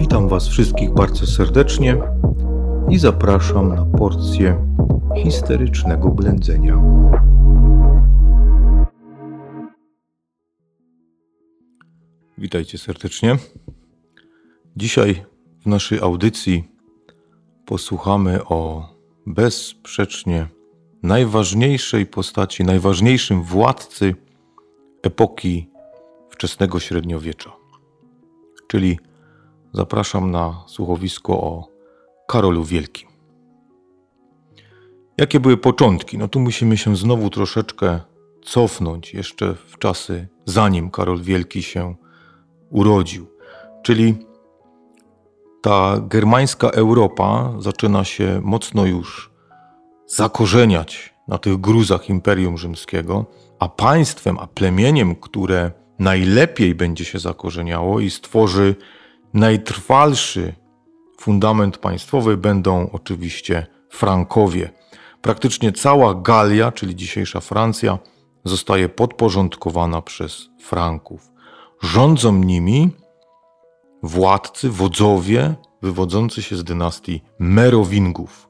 Witam Was wszystkich bardzo serdecznie i zapraszam na porcję histerycznego blędzenia. Witajcie serdecznie. Dzisiaj w naszej audycji posłuchamy o bezsprzecznie najważniejszej postaci, najważniejszym władcy epoki wczesnego średniowiecza. Czyli zapraszam na słuchowisko o Karolu Wielkim. Jakie były początki? No tu musimy się znowu troszeczkę cofnąć jeszcze w czasy, zanim Karol Wielki się urodził. Czyli ta germańska Europa zaczyna się mocno już zakorzeniać na tych gruzach Imperium Rzymskiego, a państwem, a plemieniem, które najlepiej będzie się zakorzeniało i stworzy najtrwalszy fundament państwowy, będą oczywiście Frankowie. Praktycznie cała Galia, czyli dzisiejsza Francja, zostaje podporządkowana przez Franków. Rządzą nimi władcy, wodzowie wywodzący się z dynastii Merowingów.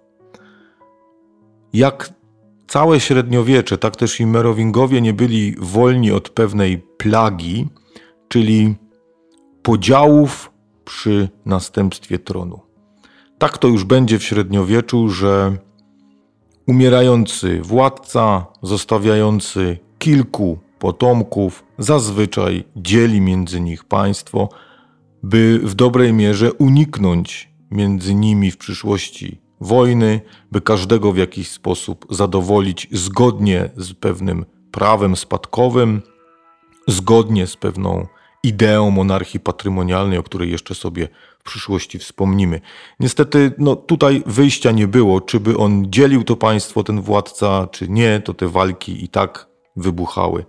Jak całe średniowiecze, tak też i Merowingowie nie byli wolni od pewnej plagi, czyli podziałów przy następstwie tronu. Tak to już będzie w średniowieczu, że umierający władca, zostawiający kilku potomków, zazwyczaj dzieli między nich państwo, by w dobrej mierze uniknąć między nimi w przyszłości wojny, by każdego w jakiś sposób zadowolić zgodnie z pewnym prawem spadkowym, zgodnie z pewną ideą monarchii patrymonialnej, o której jeszcze sobie w przyszłości wspomnimy. Niestety tutaj wyjścia nie było, czy by on dzielił to państwo, ten władca, czy nie, to te walki i tak wybuchały.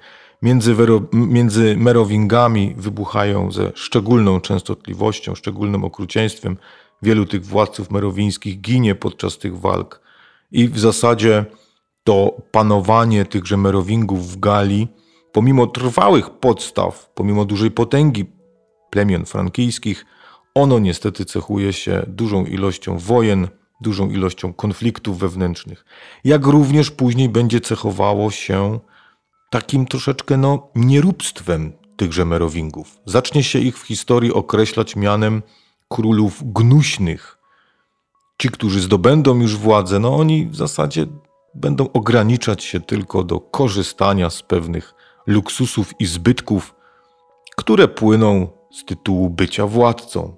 Między Merowingami wybuchają ze szczególną częstotliwością, szczególnym okrucieństwem. Wielu tych władców merowińskich ginie podczas tych walk i w zasadzie to panowanie tychże Merowingów w Galii, pomimo trwałych podstaw, pomimo dużej potęgi plemion frankijskich, ono niestety cechuje się dużą ilością wojen, dużą ilością konfliktów wewnętrznych. Jak również później będzie cechowało się takim troszeczkę nieróbstwem tychże Merowingów. Zacznie się ich w historii określać mianem królów gnuśnych. Ci, którzy zdobędą już władzę, oni w zasadzie będą ograniczać się tylko do korzystania z pewnych luksusów i zbytków, które płyną z tytułu bycia władcą.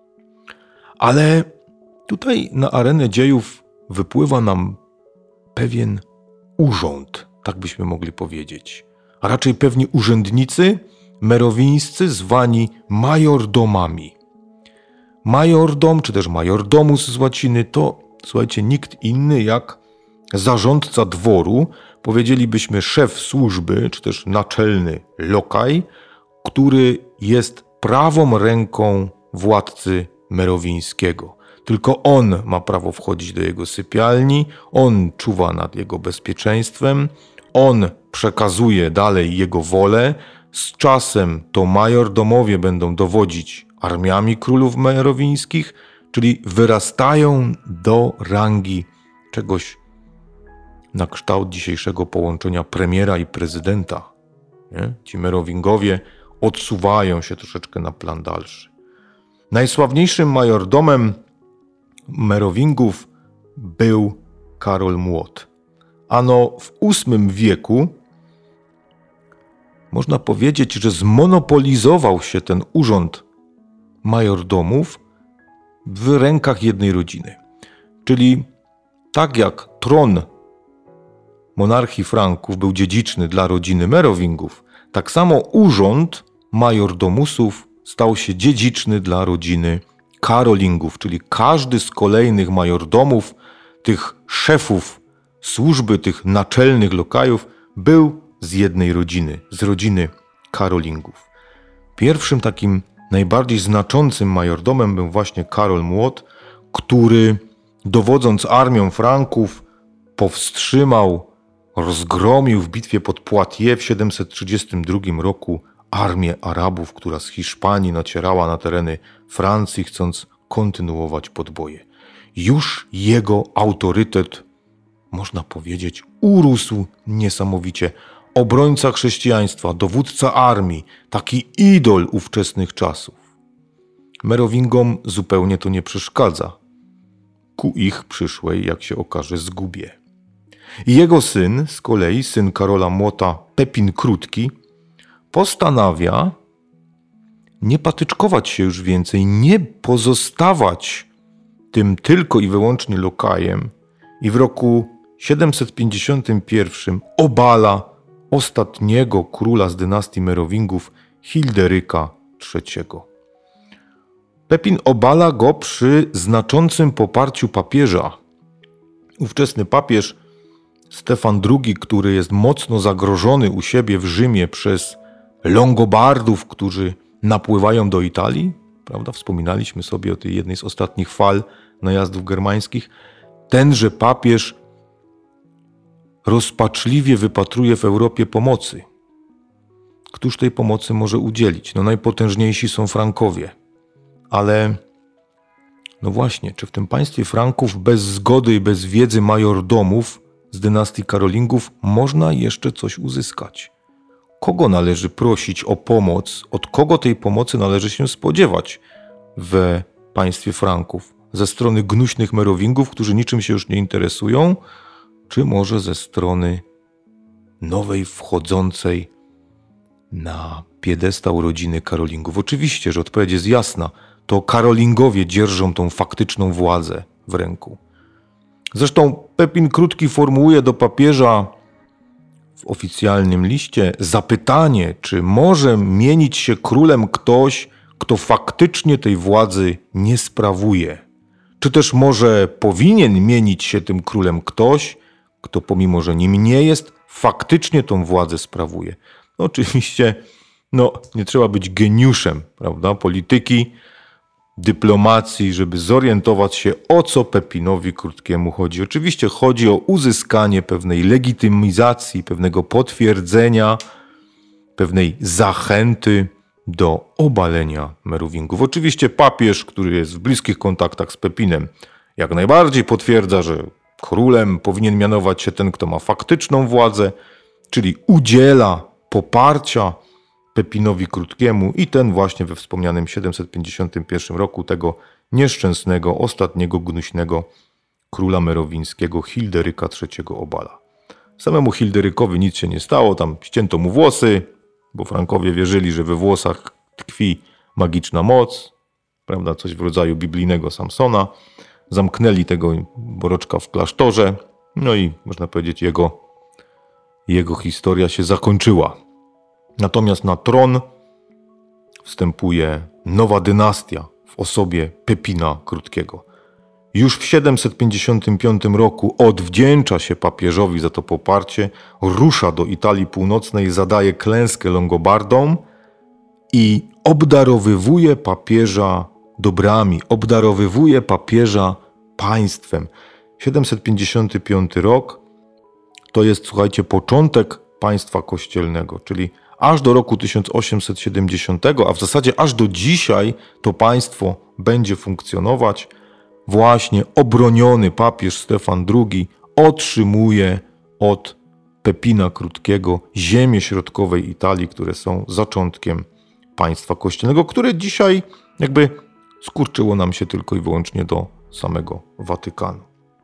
Ale tutaj na arenę dziejów wypływa nam pewien urząd, tak byśmy mogli powiedzieć. A raczej pewni urzędnicy merowińscy zwani majordomami. Majordom, czy też majordomus z łaciny, to, słuchajcie, nikt inny jak zarządca dworu, powiedzielibyśmy szef służby, czy też naczelny lokaj, który jest prawą ręką władcy merowińskiego. Tylko on ma prawo wchodzić do jego sypialni, on czuwa nad jego bezpieczeństwem, on przekazuje dalej jego wolę. Z czasem to majordomowie będą dowodzić armiami królów merowińskich, czyli wyrastają do rangi czegoś na kształt dzisiejszego połączenia premiera i prezydenta. Nie? Ci Merowingowie odsuwają się troszeczkę na plan dalszy. Najsławniejszym majordomem Merowingów był Karol Młot. Ano w VIII wieku można powiedzieć, że zmonopolizował się ten urząd majordomów w rękach jednej rodziny. Czyli tak jak tron monarchii Franków był dziedziczny dla rodziny Merowingów, tak samo urząd majordomusów stał się dziedziczny dla rodziny Karolingów, czyli każdy z kolejnych majordomów, tych szefów służby, tych naczelnych lokajów był z jednej rodziny, z rodziny Karolingów. Pierwszym takim najbardziej znaczącym majordomem był właśnie Karol Młot, który dowodząc armią Franków powstrzymał, rozgromił w bitwie pod Poitiers w 732 roku armię Arabów, która z Hiszpanii nacierała na tereny Francji, chcąc kontynuować podboje. Już jego autorytet, można powiedzieć, urósł niesamowicie. Obrońca chrześcijaństwa, dowódca armii, taki idol ówczesnych czasów. Merowingom zupełnie to nie przeszkadza ku ich przyszłej, jak się okaże, zgubie. I jego syn, z kolei syn Karola Młota, Pepin Krótki, postanawia nie patyczkować się już więcej, nie pozostawać tym tylko i wyłącznie lokajem i w roku 751 obala ostatniego króla z dynastii Merowingów, Hilderyka III. Pepin obala go przy znaczącym poparciu papieża. Ówczesny papież Stefan II, który jest mocno zagrożony u siebie w Rzymie przez Longobardów, którzy napływają do Italii, prawda? Wspominaliśmy sobie o tej jednej z ostatnich fal najazdów germańskich. Tenże papież rozpaczliwie wypatruje w Europie pomocy. Któż tej pomocy może udzielić? No najpotężniejsi są Frankowie. Ale no właśnie, czy w tym państwie Franków bez zgody i bez wiedzy majordomów z dynastii Karolingów można jeszcze coś uzyskać? Kogo należy prosić o pomoc? Od kogo tej pomocy należy się spodziewać w państwie Franków? Ze strony gnuśnych Merowingów, którzy niczym się już nie interesują? Czy może ze strony nowej, wchodzącej na piedestał rodziny Karolingów? Oczywiście, że odpowiedź jest jasna. To Karolingowie dzierżą tą faktyczną władzę w ręku. Zresztą Pepin Krótki formułuje do papieża w oficjalnym liście zapytanie, czy może mienić się królem ktoś, kto faktycznie tej władzy nie sprawuje. Czy też może powinien mienić się tym królem ktoś, kto pomimo, że nim nie jest, faktycznie tą władzę sprawuje. No oczywiście, nie trzeba być geniuszem, prawda, polityki, dyplomacji, żeby zorientować się, o co Pepinowi Krótkiemu chodzi. Oczywiście chodzi o uzyskanie pewnej legitymizacji, pewnego potwierdzenia, pewnej zachęty do obalenia Merowingów. Oczywiście papież, który jest w bliskich kontaktach z Pepinem, jak najbardziej potwierdza, że królem powinien mianować się ten, kto ma faktyczną władzę, czyli udziela poparcia Pepinowi Krótkiemu i ten właśnie we wspomnianym 751 roku tego nieszczęsnego, ostatniego gnuśnego króla merowińskiego Hilderyka III obala. Samemu Hilderykowi nic się nie stało, tam ścięto mu włosy, bo Frankowie wierzyli, że we włosach tkwi magiczna moc, prawda, coś w rodzaju biblijnego Samsona. Zamknęli tego boroczka w klasztorze, no i można powiedzieć jego historia się zakończyła. Natomiast na tron wstępuje nowa dynastia w osobie Pepina Krótkiego. Już w 755 roku odwdzięcza się papieżowi za to poparcie, rusza do Italii Północnej, zadaje klęskę Longobardom i obdarowywuje papieża dobrami, obdarowywuje papieża państwem. 755 rok to jest, słuchajcie, początek państwa kościelnego, czyli aż do roku 1870, a w zasadzie aż do dzisiaj to państwo będzie funkcjonować. Właśnie obroniony papież Stefan II otrzymuje od Pepina Krótkiego ziemie środkowej Italii, które są zaczątkiem państwa kościelnego, które dzisiaj jakby skurczyło nam się tylko i wyłącznie do samego Watykanu.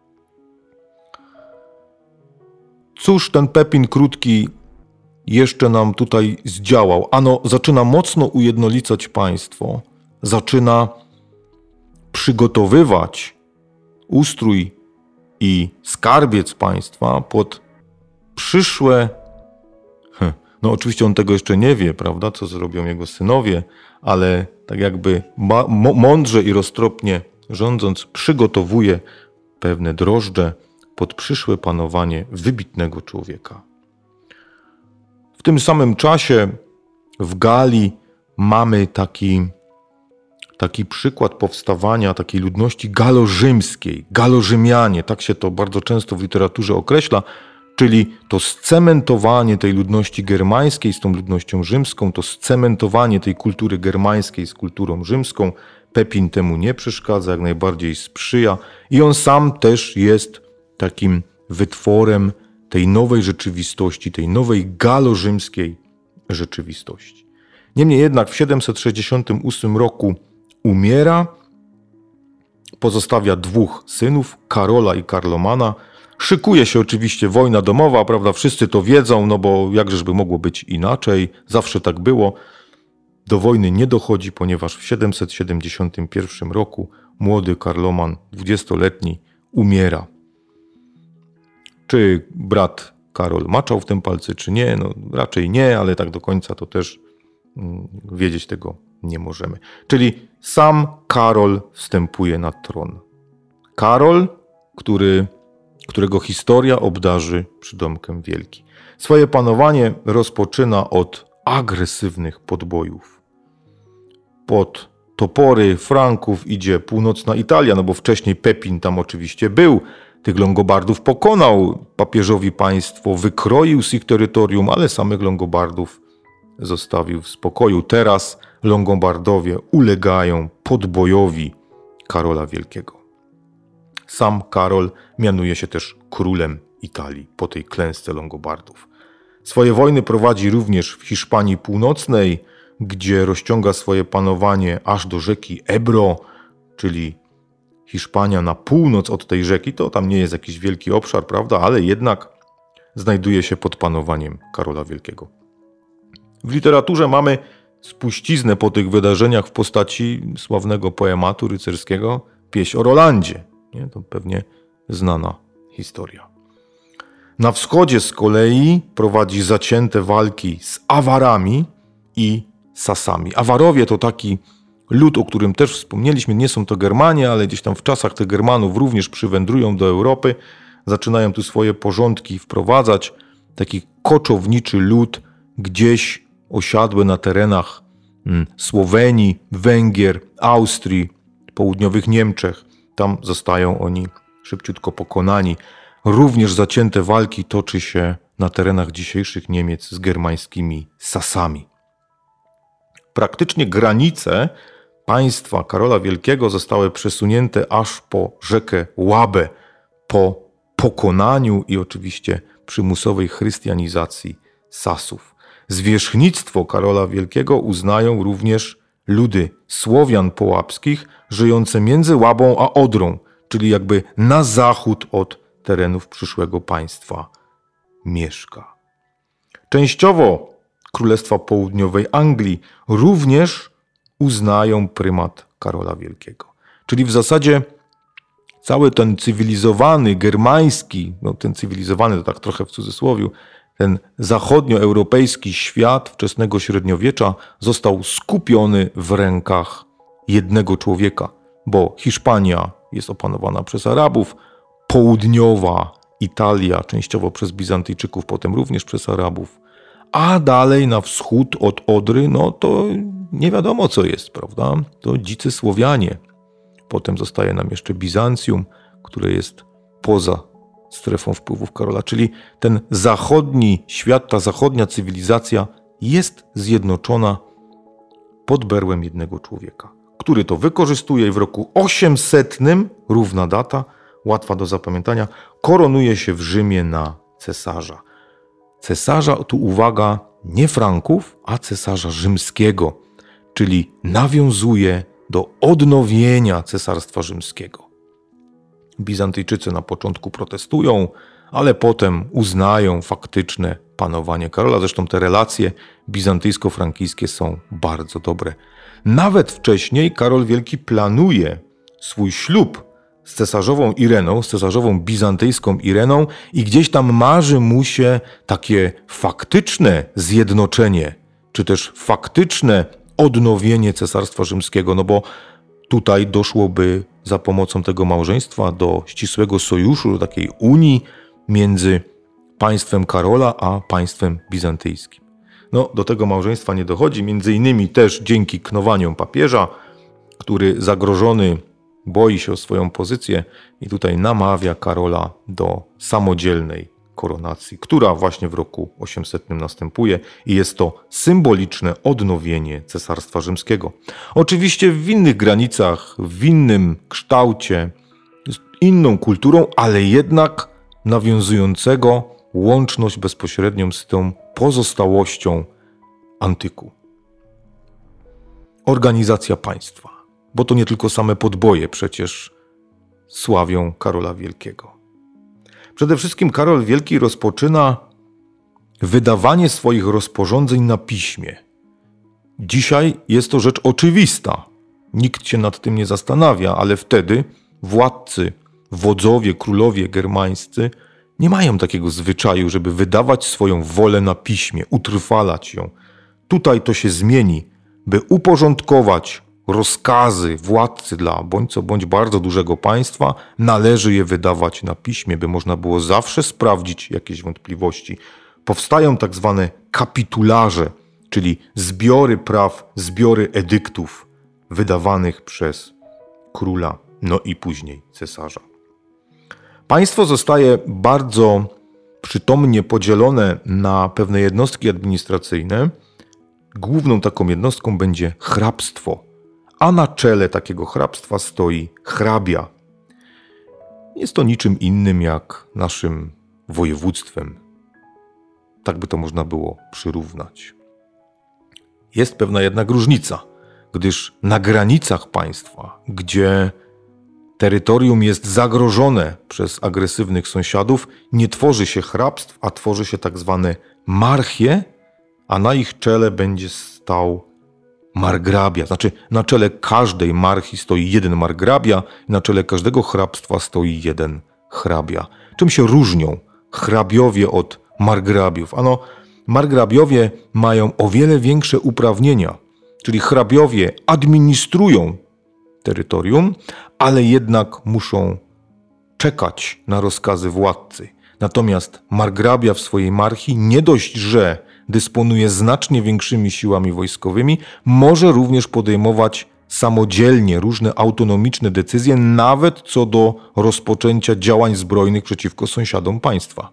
Cóż ten Pepin Krótki jeszcze nam tutaj zdziałał? Ano, zaczyna mocno ujednolicać państwo, zaczyna przygotowywać ustrój i skarbiec państwa pod przyszłe... No oczywiście on tego jeszcze nie wie, prawda, co zrobią jego synowie, ale tak jakby mądrze i roztropnie rządząc przygotowuje pewne drożdże pod przyszłe panowanie wybitnego człowieka. W tym samym czasie w Galii mamy taki przykład powstawania takiej ludności galorzymskiej, galorzymianie, tak się to bardzo często w literaturze określa, Czyli to scementowanie tej ludności germańskiej z tą ludnością rzymską, to scementowanie tej kultury germańskiej z kulturą rzymską, Pepin temu nie przeszkadza, jak najbardziej sprzyja i on sam też jest takim wytworem tej nowej rzeczywistości, tej nowej galorzymskiej rzeczywistości. Niemniej jednak w 768 roku umiera, pozostawia 2 synów, Karola i Karlomana. Szykuje się oczywiście wojna domowa, prawda? Wszyscy to wiedzą, no bo jakżeżby mogło być inaczej, zawsze tak było. Do wojny nie dochodzi, ponieważ w 771 roku młody Karloman, 20-letni, umiera. Czy brat Karol maczał w tym palce, czy nie? No raczej nie, ale tak do końca to też wiedzieć tego nie możemy. Czyli sam Karol wstępuje na tron. Karol, którego historia obdarzy przydomkiem wielki. Swoje panowanie rozpoczyna od agresywnych podbojów. Pod topory Franków idzie północna Italia, no bo wcześniej Pepin tam oczywiście był, tych Longobardów pokonał, papieżowi państwo wykroił z ich terytorium, ale samych Longobardów zostawił w spokoju. Teraz Longobardowie ulegają podbojowi Karola Wielkiego. Sam Karol mianuje się też królem Italii po tej klęsce Longobardów. Swoje wojny prowadzi również w Hiszpanii Północnej, gdzie rozciąga swoje panowanie aż do rzeki Ebro, czyli Hiszpania na północ od tej rzeki. To tam nie jest jakiś wielki obszar, prawda, ale jednak znajduje się pod panowaniem Karola Wielkiego. W literaturze mamy spuściznę po tych wydarzeniach w postaci sławnego poematu rycerskiego Pieśń o Rolandzie. Nie? To pewnie znana historia. Na wschodzie z kolei prowadzi zacięte walki z Awarami i Sasami. Awarowie to taki lud, o którym też wspomnieliśmy. Nie są to Germanie, ale gdzieś tam w czasach tych Germanów również przywędrują do Europy. Zaczynają tu swoje porządki wprowadzać. Taki koczowniczy lud gdzieś osiadły na terenach Słowenii, Węgier, Austrii, południowych Niemczech. Tam zostają oni szybciutko pokonani. Również zacięte walki toczy się na terenach dzisiejszych Niemiec z germańskimi Sasami. Praktycznie granice państwa Karola Wielkiego zostały przesunięte aż po rzekę Łabę, po pokonaniu i oczywiście przymusowej chrystianizacji Sasów. Zwierzchnictwo Karola Wielkiego uznają również ludy Słowian połapskich żyjące między Łabą a Odrą, czyli jakby na zachód od terenów przyszłego państwa Mieszka. Częściowo Królestwa Południowej Anglii również uznają prymat Karola Wielkiego. Czyli w zasadzie cały ten cywilizowany, germański, no ten cywilizowany to tak trochę w cudzysłowiu, ten zachodnioeuropejski świat wczesnego średniowiecza został skupiony w rękach jednego człowieka, bo Hiszpania jest opanowana przez Arabów, południowa Italia częściowo przez Bizantyjczyków, potem również przez Arabów, a dalej na wschód od Odry, no to nie wiadomo co jest, prawda? To dzicy Słowianie. Potem zostaje nam jeszcze Bizancjum, które jest poza strefą wpływów Karola, czyli ten zachodni świat, ta zachodnia cywilizacja jest zjednoczona pod berłem jednego człowieka, który to wykorzystuje i w roku 800, równa data, łatwa do zapamiętania, koronuje się w Rzymie na cesarza. Cesarza, tu uwaga, nie Franków, a cesarza rzymskiego, czyli nawiązuje do odnowienia Cesarstwa Rzymskiego. Bizantyjczycy na początku protestują, ale potem uznają faktyczne panowanie Karola. Zresztą te relacje bizantyjsko-frankijskie są bardzo dobre. Nawet wcześniej Karol Wielki planuje swój ślub z cesarzową Ireną, z cesarzową bizantyjską Ireną i gdzieś tam marzy mu się takie faktyczne zjednoczenie, czy też faktyczne odnowienie Cesarstwa Rzymskiego, no bo tutaj doszłoby za pomocą tego małżeństwa do ścisłego sojuszu, do takiej unii między państwem Karola a państwem bizantyjskim. No, do tego małżeństwa nie dochodzi, między innymi też dzięki knowaniom papieża, który zagrożony boi się o swoją pozycję i tutaj namawia Karola do samodzielnej koronacji, która właśnie w roku 800 następuje i jest to symboliczne odnowienie Cesarstwa Rzymskiego. Oczywiście w innych granicach, w innym kształcie, z inną kulturą, ale jednak nawiązującego łączność bezpośrednią z tą pozostałością antyku. Organizacja państwa, bo to nie tylko same podboje przecież sławią Karola Wielkiego. Przede wszystkim Karol Wielki rozpoczyna wydawanie swoich rozporządzeń na piśmie. Dzisiaj jest to rzecz oczywista. Nikt się nad tym nie zastanawia, ale wtedy władcy, wodzowie, królowie germańscy nie mają takiego zwyczaju, żeby wydawać swoją wolę na piśmie, utrwalać ją. Tutaj to się zmieni, by uporządkować rozkazy władcy dla bądź co bądź bardzo dużego państwa, należy je wydawać na piśmie, by można było zawsze sprawdzić jakieś wątpliwości. Powstają tak zwane kapitularze, czyli zbiory praw, zbiory edyktów wydawanych przez króla, no i później cesarza. Państwo zostaje bardzo przytomnie podzielone na pewne jednostki administracyjne. Główną taką jednostką będzie hrabstwo, a na czele takiego hrabstwa stoi hrabia. Jest to niczym innym jak naszym województwem. Tak by to można było przyrównać. Jest pewna jednak różnica, gdyż na granicach państwa, gdzie terytorium jest zagrożone przez agresywnych sąsiadów, nie tworzy się hrabstw, a tworzy się tak zwane marchie, a na ich czele będzie stał margrabia. Znaczy na czele każdej marchii stoi jeden margrabia, na czele każdego hrabstwa stoi jeden hrabia. Czym się różnią hrabiowie od margrabiów? Ano, margrabiowie mają o wiele większe uprawnienia, czyli hrabiowie administrują terytorium, ale jednak muszą czekać na rozkazy władcy. Natomiast margrabia w swojej marchii nie dość, że dysponuje znacznie większymi siłami wojskowymi, może również podejmować samodzielnie różne autonomiczne decyzje, nawet co do rozpoczęcia działań zbrojnych przeciwko sąsiadom państwa.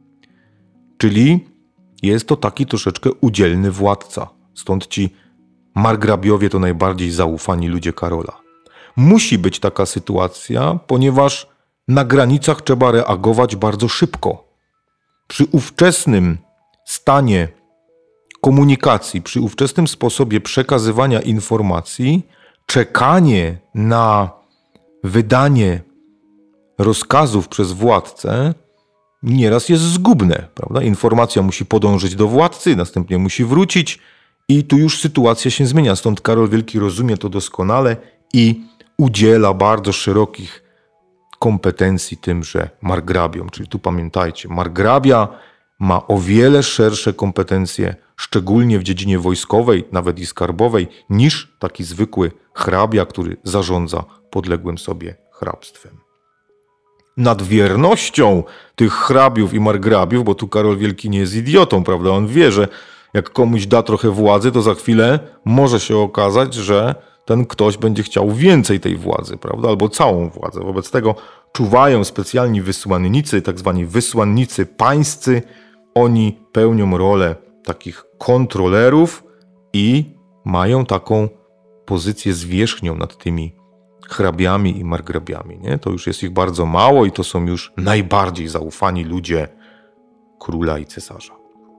Czyli jest to taki troszeczkę udzielny władca. Stąd ci margrabiowie to najbardziej zaufani ludzie Karola. Musi być taka sytuacja, ponieważ na granicach trzeba reagować bardzo szybko. Przy ówczesnym stanie komunikacji, przy ówczesnym sposobie przekazywania informacji, czekanie na wydanie rozkazów przez władcę nieraz jest zgubne, prawda? Informacja musi podążyć do władcy, następnie musi wrócić i tu już sytuacja się zmienia. Stąd Karol Wielki rozumie to doskonale i udziela bardzo szerokich kompetencji tymże margrabiom. Czyli tu pamiętajcie, margrabia ma o wiele szersze kompetencje, szczególnie w dziedzinie wojskowej, nawet i skarbowej, niż taki zwykły hrabia, który zarządza podległym sobie hrabstwem. Nad wiernością tych hrabiów i margrabiów, bo tu Karol Wielki nie jest idiotą, prawda? On wie, że jak komuś da trochę władzy, to za chwilę może się okazać, że ten ktoś będzie chciał więcej tej władzy, prawda? Albo całą władzę. Wobec tego czuwają specjalni wysłannicy, tak zwani wysłannicy pańscy. Oni pełnią rolę takich kontrolerów i mają taką pozycję zwierzchnią nad tymi hrabiami i margrabiami. Nie? To już jest ich bardzo mało i to są już najbardziej zaufani ludzie króla i cesarza.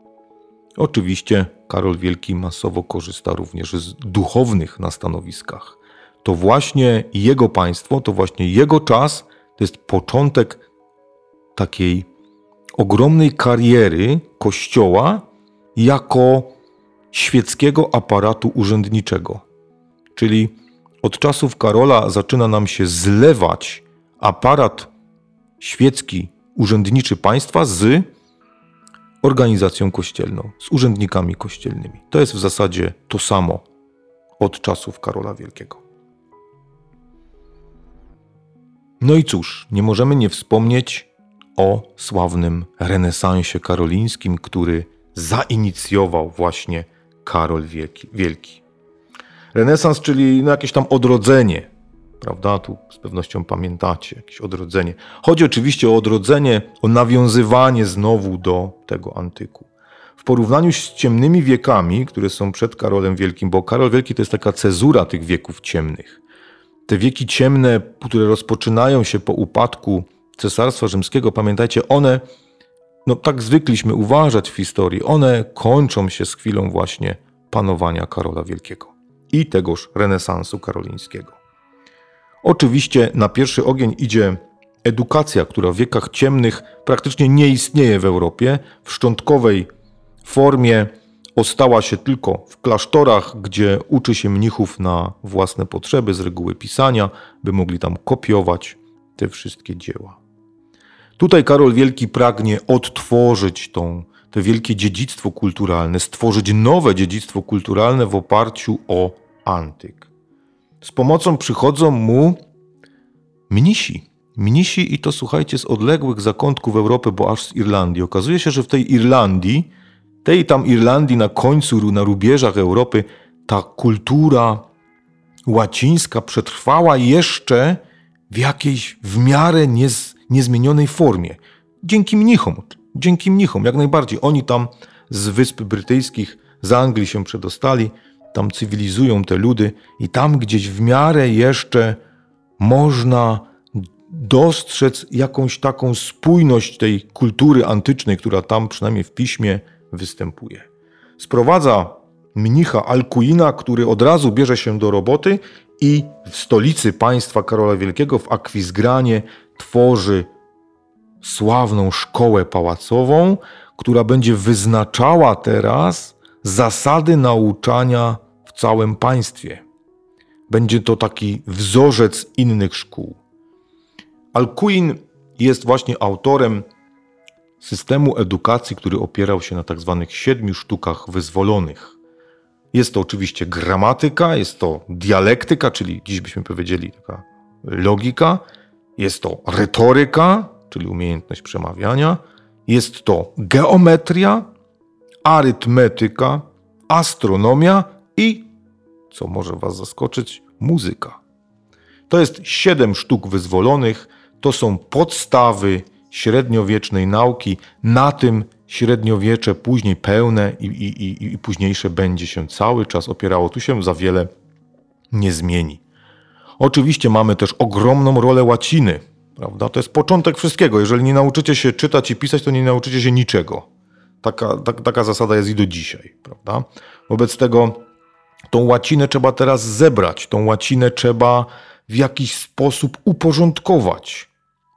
Oczywiście Karol Wielki masowo korzysta również z duchownych na stanowiskach. To właśnie jego państwo, to właśnie jego czas, to jest początek takiej ogromnej kariery Kościoła jako świeckiego aparatu urzędniczego. Czyli od czasów Karola zaczyna nam się zlewać aparat świecki, urzędniczy państwa z organizacją kościelną, z urzędnikami kościelnymi. To jest w zasadzie to samo od czasów Karola Wielkiego. No i cóż, nie możemy nie wspomnieć o sławnym renesansie karolińskim, który zainicjował właśnie Karol Wielki. Renesans, czyli jakieś tam odrodzenie prawda? Tu z pewnością pamiętacie, jakieś odrodzenie. Chodzi oczywiście o odrodzenie, o nawiązywanie znowu do tego antyku. W porównaniu z ciemnymi wiekami, które są przed Karolem Wielkim, bo Karol Wielki to jest taka cezura tych wieków ciemnych. Te wieki ciemne, które rozpoczynają się po upadku Cesarstwa Rzymskiego, pamiętajcie, one, no tak zwykliśmy uważać w historii, one kończą się z chwilą właśnie panowania Karola Wielkiego i tegoż renesansu karolińskiego. Oczywiście na pierwszy ogień idzie edukacja, która w wiekach ciemnych praktycznie nie istnieje w Europie. W szczątkowej formie ostała się tylko w klasztorach, gdzie uczy się mnichów na własne potrzeby, z reguły pisania, by mogli tam kopiować te wszystkie dzieła. Tutaj Karol Wielki pragnie odtworzyć to wielkie dziedzictwo kulturalne, stworzyć nowe dziedzictwo kulturalne w oparciu o antyk. Z pomocą przychodzą mu mnisi. Mnisi i to słuchajcie z odległych zakątków Europy, bo aż z Irlandii. Okazuje się, że w tej Irlandii, tej tam Irlandii na końcu, na rubieżach Europy, ta kultura łacińska przetrwała jeszcze w jakiejś w miarę niezmienionej formie. Dzięki mnichom, jak najbardziej. Oni tam z Wysp Brytyjskich, z Anglii się przedostali, tam cywilizują te ludy i tam gdzieś w miarę jeszcze można dostrzec jakąś taką spójność tej kultury antycznej, która tam przynajmniej w piśmie występuje. Sprowadza mnicha Alkuina, który od razu bierze się do roboty i w stolicy państwa Karola Wielkiego, w Akwizgranie, tworzy sławną szkołę pałacową, która będzie wyznaczała teraz zasady nauczania w całym państwie. Będzie to taki wzorzec innych szkół. Alkuin jest właśnie autorem systemu edukacji, który opierał się na tak zwanych 7 sztukach wyzwolonych. Jest to oczywiście gramatyka, jest to dialektyka, czyli dziś byśmy powiedzieli taka logika, jest to retoryka, czyli umiejętność przemawiania, jest to geometria, arytmetyka, astronomia i, co może was zaskoczyć, muzyka. To jest 7 sztuk wyzwolonych, to są podstawy średniowiecznej nauki. Na tym średniowiecze później pełne i późniejsze będzie się cały czas opierało. Tu się za wiele nie zmieni. Oczywiście mamy też ogromną rolę łaciny, prawda? To jest początek wszystkiego. Jeżeli nie nauczycie się czytać i pisać, to nie nauczycie się niczego. Taka zasada jest i do dzisiaj, prawda? Wobec tego tą łacinę trzeba teraz zebrać, tą łacinę trzeba w jakiś sposób uporządkować.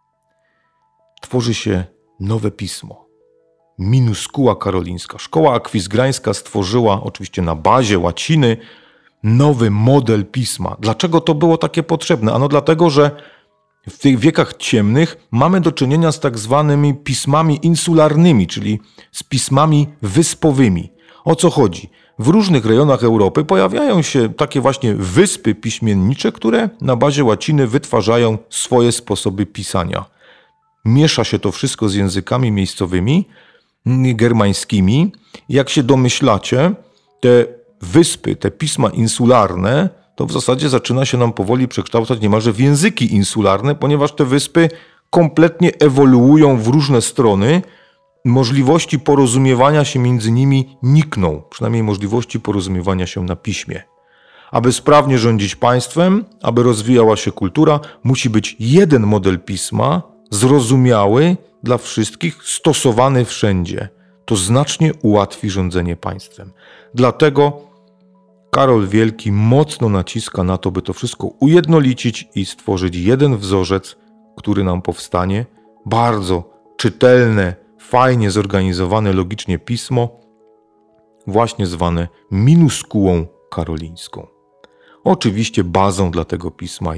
Tworzy się nowe pismo. Minuskuła karolińska. Szkoła akwizgrańska stworzyła, oczywiście na bazie łaciny, nowy model pisma. Dlaczego to było takie potrzebne? Ano dlatego, że w tych wiekach ciemnych mamy do czynienia z tak zwanymi pismami insularnymi, czyli z pismami wyspowymi. O co chodzi? W różnych rejonach Europy pojawiają się takie właśnie wyspy piśmiennicze, które na bazie łaciny wytwarzają swoje sposoby pisania. Miesza się to wszystko z językami miejscowymi, germańskimi. Jak się domyślacie, te wyspy, te pisma insularne, to w zasadzie zaczyna się nam powoli przekształcać niemalże w języki insularne, ponieważ te wyspy kompletnie ewoluują w różne strony. Możliwości porozumiewania się między nimi nikną, przynajmniej możliwości porozumiewania się na piśmie. Aby sprawnie rządzić państwem, aby rozwijała się kultura, musi być jeden model pisma, zrozumiały dla wszystkich, stosowany wszędzie. To znacznie ułatwi rządzenie państwem. Dlatego Karol Wielki mocno naciska na to, by to wszystko ujednolicić i stworzyć jeden wzorzec, który nam powstanie. Bardzo czytelne, fajnie zorganizowane logicznie pismo, właśnie zwane Minuskułą karolińską. Oczywiście bazą dla tego pisma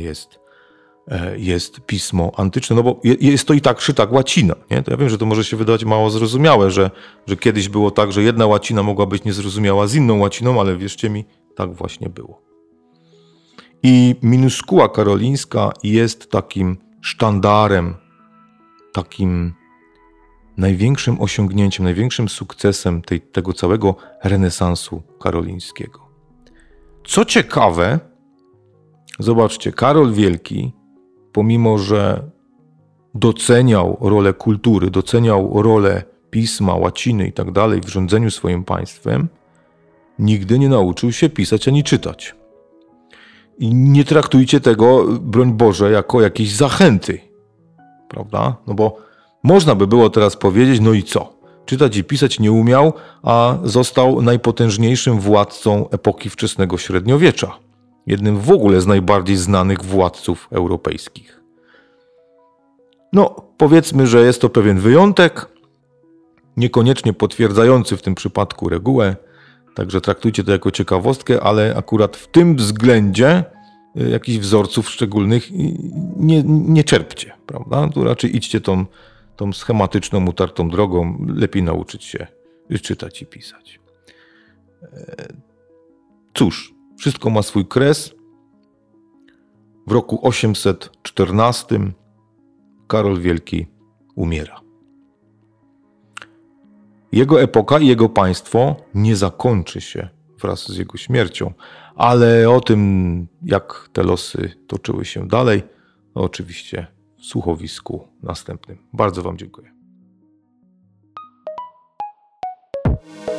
jest pismo antyczne, no bo jest to i tak czy tak łacina. Nie? To ja wiem, że to może się wydawać mało zrozumiałe, że kiedyś było tak, że jedna łacina mogła być niezrozumiała z inną łaciną, ale wierzcie mi, tak właśnie było. I Minuskuła karolińska jest takim sztandarem, takim największym osiągnięciem, największym sukcesem tego całego renesansu karolińskiego. Co ciekawe, Zobaczcie, Karol Wielki, pomimo że doceniał rolę kultury, doceniał rolę pisma, łaciny i tak dalej w rządzeniu swoim państwem, nigdy nie nauczył się pisać ani czytać. I nie traktujcie tego, broń Boże, jako jakieś zachęty, prawda? No bo można by było teraz powiedzieć, no i co? Czytać i pisać nie umiał, a został najpotężniejszym władcą epoki wczesnego średniowiecza. Jednym w ogóle z najbardziej znanych władców europejskich. No, powiedzmy, że jest to pewien wyjątek, niekoniecznie potwierdzający w tym przypadku regułę, także traktujcie to jako ciekawostkę, ale akurat w tym względzie jakichś wzorców szczególnych nie czerpcie, prawda? Tu raczej idźcie tą schematyczną, utartą drogą, lepiej nauczyć się czytać i pisać. Cóż, wszystko ma swój kres. W roku 814 Karol Wielki umiera. Jego epoka i jego państwo nie zakończy się wraz z jego śmiercią, ale o tym, jak te losy toczyły się dalej, oczywiście w słuchowisku następnym. Bardzo Wam dziękuję.